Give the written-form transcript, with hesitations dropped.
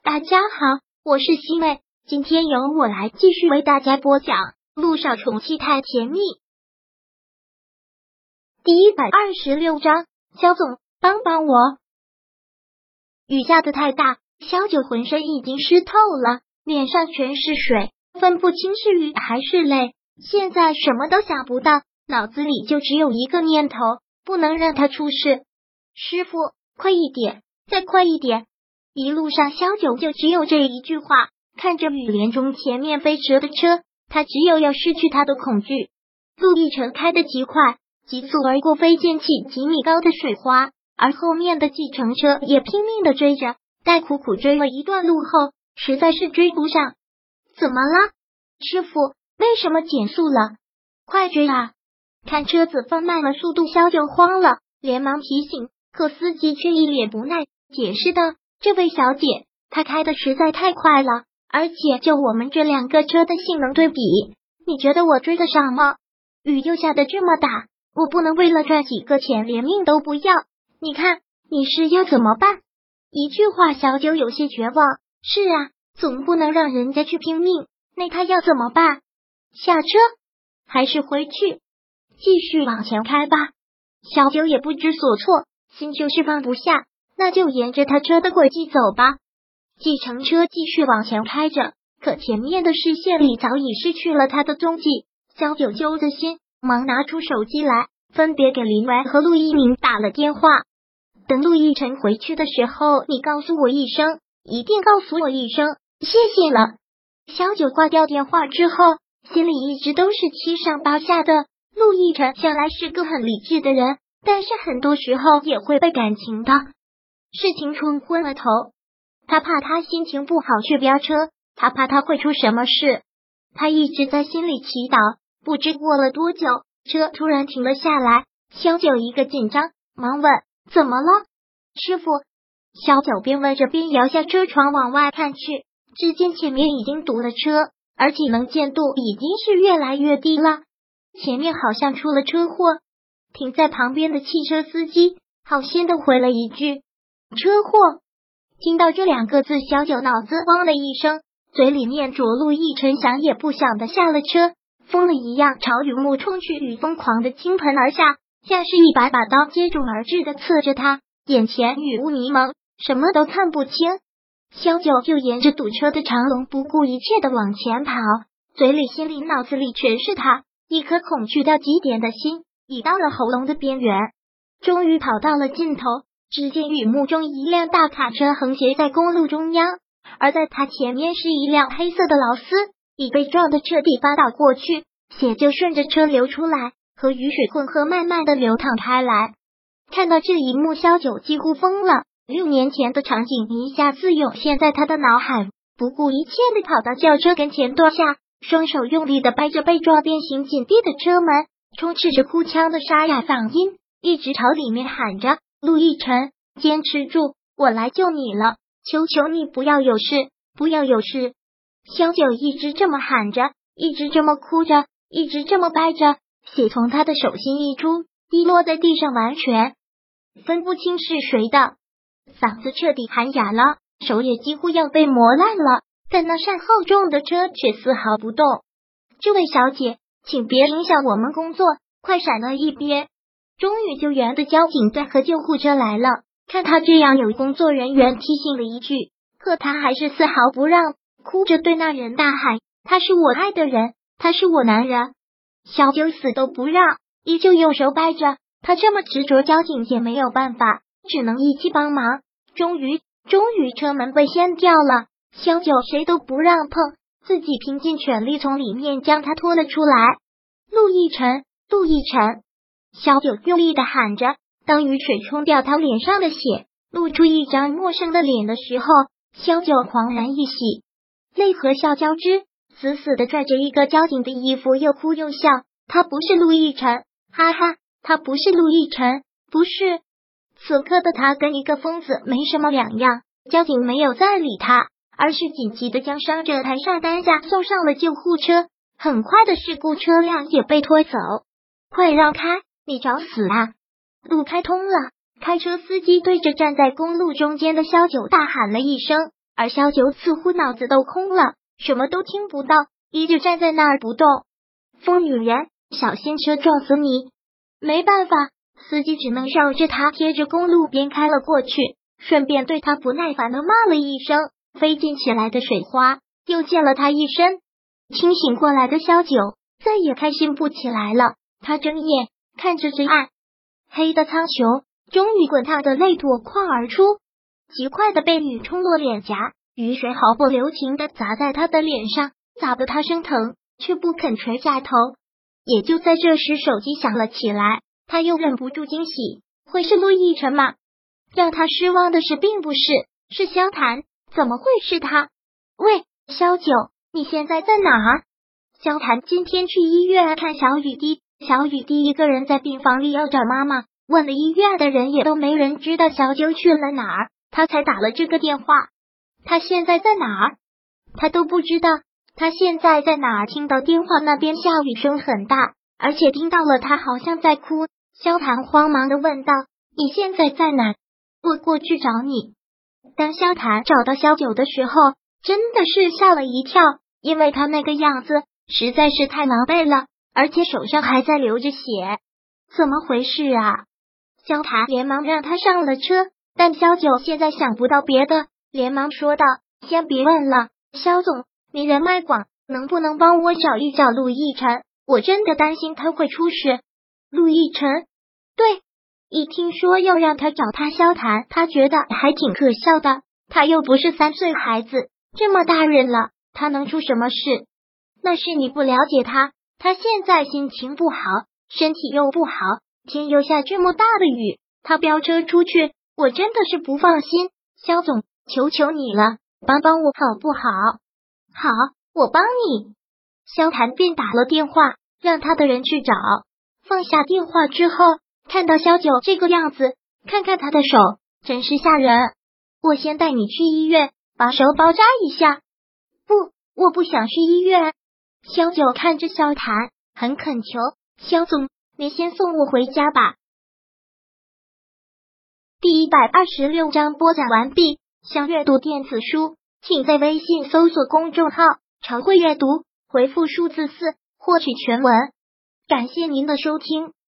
大家好，我是西妹，今天由我来继续为大家播讲《路上宠妻太甜蜜》第126章。肖总，帮帮我！雨下的太大，萧九浑身已经湿透了，脸上全是水，分不清是雨还是泪。现在什么都想不到，脑子里就只有一个念头，不能让他出事。师傅，快一点，再快一点！一路上萧九就只有这一句话，看着雨帘中前面飞驰的车，他只有要失去他的恐惧。陆亦辰开得极快，急速而过飞溅起几米高的水花，而后面的计程车也拼命的追着，待苦苦追了一段路后，实在是追不上。怎么了？师傅，为什么减速了？快追啊！看车子放慢了速度，萧九慌了，连忙提醒，可司机却一脸不耐，解释道：这位小姐，她开的实在太快了，而且就我们这两个车的性能对比，你觉得我追得上吗？雨又下得这么大，我不能为了赚几个钱连命都不要，你看你是要怎么办？一句话，小九有些绝望。是啊，总不能让人家去拼命，那他要怎么办？下车还是回去？继续往前开吧。小九也不知所措，心就是放不下，那就沿着他车的轨迹走吧。计程车继续往前开着，可前面的视线里早已失去了他的踪迹。小九揪着心，忙拿出手机来，分别给林歪和陆一鸣打了电话。等陆亦辰回去的时候，你告诉我一声，一定告诉我一声，谢谢了。小九挂掉电话之后，心里一直都是七上八下的。陆亦辰向来是个很理智的人，但是很多时候也会被感情的事情冲昏了头。他怕他心情不好去飙车，他怕他会出什么事。他一直在心里祈祷。不知过了多久，车突然停了下来，萧九一个紧张，忙问：怎么了？师傅。萧九边问着边摇下车窗往外看去，只见前面已经堵了车，而且能见度已经是越来越低了。前面好像出了车祸。停在旁边的汽车司机好心的回了一句：车祸。听到这两个字，小九脑子汪了一声，嘴里念着陆亦辰想也不想的下了车，疯了一样朝雨幕冲去，雨疯狂的倾盆而下，像是一把把刀接踵而至的刺着他，眼前雨雾迷蒙，什么都看不清。萧九就沿着堵车的长龙不顾一切的往前跑，嘴里心里脑子里全是他，一颗恐惧到极点的心已到了喉咙的边缘。终于跑到了尽头，只见雨幕中一辆大卡车横斜在公路中央，而在他前面是一辆黑色的劳斯，已被撞得彻底发倒过去，血就顺着车流出来，和雨水混合慢慢的流淌开来。看到这一幕，萧九几乎疯了，6年前的场景一下子涌现在他的脑海，不顾一切的跑到轿车跟前蹲下，双手用力的掰着被撞变形紧闭的车门，充斥着哭腔的沙哑嗓音，一直朝里面喊着：陆亦辰，坚持住，我来救你了，求求你不要有事，不要有事。萧九一直这么喊着，一直这么哭着，一直这么掰着，血从他的手心溢出，滴落在地上，完全分不清是谁的，嗓子彻底喊哑了，手也几乎要被磨烂了，但那善后重的车却丝毫不动。这位小姐，请别影响我们工作，快闪到一边。终于救援的交警队和救护车来了，看他这样，有工作人员提醒了一句，可他还是丝毫不让，哭着对那人大喊：他是我爱的人，他是我男人。小九死都不让，依旧用手掰着，他这么执着，交警也没有办法，只能一起帮忙。终于车门被掀掉了，萧九谁都不让碰，自己拼尽全力从里面将他拖了出来。陆亦辰，陆亦辰！萧九用力的喊着，当雨水冲掉他脸上的血，露出一张陌生的脸的时候，萧九恍然一喜，泪和笑交织，死死的拽着一个交警的衣服，又哭又笑。他不是陆亦辰，哈哈，他不是陆亦辰，不是。此刻的他跟一个疯子没什么两样。交警没有再理他，而是紧急的将伤者抬上担架，送上了救护车。很快的事故车辆也被拖走。快让开，你找死啊！路开通了，开车司机对着站在公路中间的萧九大喊了一声， 而萧九似乎脑子都空了，什么都听不到，依旧站在那儿不动。疯女人，小心车撞死你！没办法，司机只能绕着他贴着公路边开了过去，顺便对他不耐烦的骂了一声，飞溅起来的水花又溅了他一身。清醒过来的萧九再也开心不起来了，他睁眼看着这暗黑的苍穹，终于滚烫的泪夺眶而出，极快的被雨冲落脸颊，雨水毫不留情的砸在他的脸上，砸得他生疼，却不肯垂下头。也就在这时，手机响了起来，他又忍不住惊喜，会是陆亦辰吗？让他失望的是并不是，是萧谈，怎么会是他？喂，萧九，你现在在哪儿？萧谈今天去医院看小雨滴，小雨滴一个人在病房里要找妈妈，问了医院的人也都没人知道小九去了哪儿，他才打了这个电话。他现在在哪儿？他都不知道。他现在在哪儿？听到电话那边下雨声很大，而且听到了他好像在哭。萧谈慌忙的问道：“你现在在哪？我过去找你。”当萧谈找到萧九的时候，真的是吓了一跳，因为他那个样子实在是太狼狈了，而且手上还在流着血。怎么回事啊？萧谈连忙让他上了车，但萧九现在想不到别的，连忙说道：“先别问了，萧总，你人脉广，能不能帮我找一找陆亦辰？我真的担心他会出事。”陆亦辰？对，一听说要让他找他萧谈，他觉得还挺可笑的。他又不是3岁孩子，这么大人了，他能出什么事？那是你不了解他，他现在心情不好，身体又不好，天又下这么大的雨，他飙车出去，我真的是不放心。萧总，求求你了，帮帮我好不好？好，我帮你。萧谈便打了电话，让他的人去找。放下电话之后，看到萧九这个样子，看看他的手，真是吓人。我先带你去医院，把手包扎一下。不，我不想去医院。萧九看着萧谈，很恳求：“萧总，您先送我回家吧。”第126章播讲完毕。想阅读电子书，请在微信搜索公众号常会阅读，回复数字4获取全文。感谢您的收听。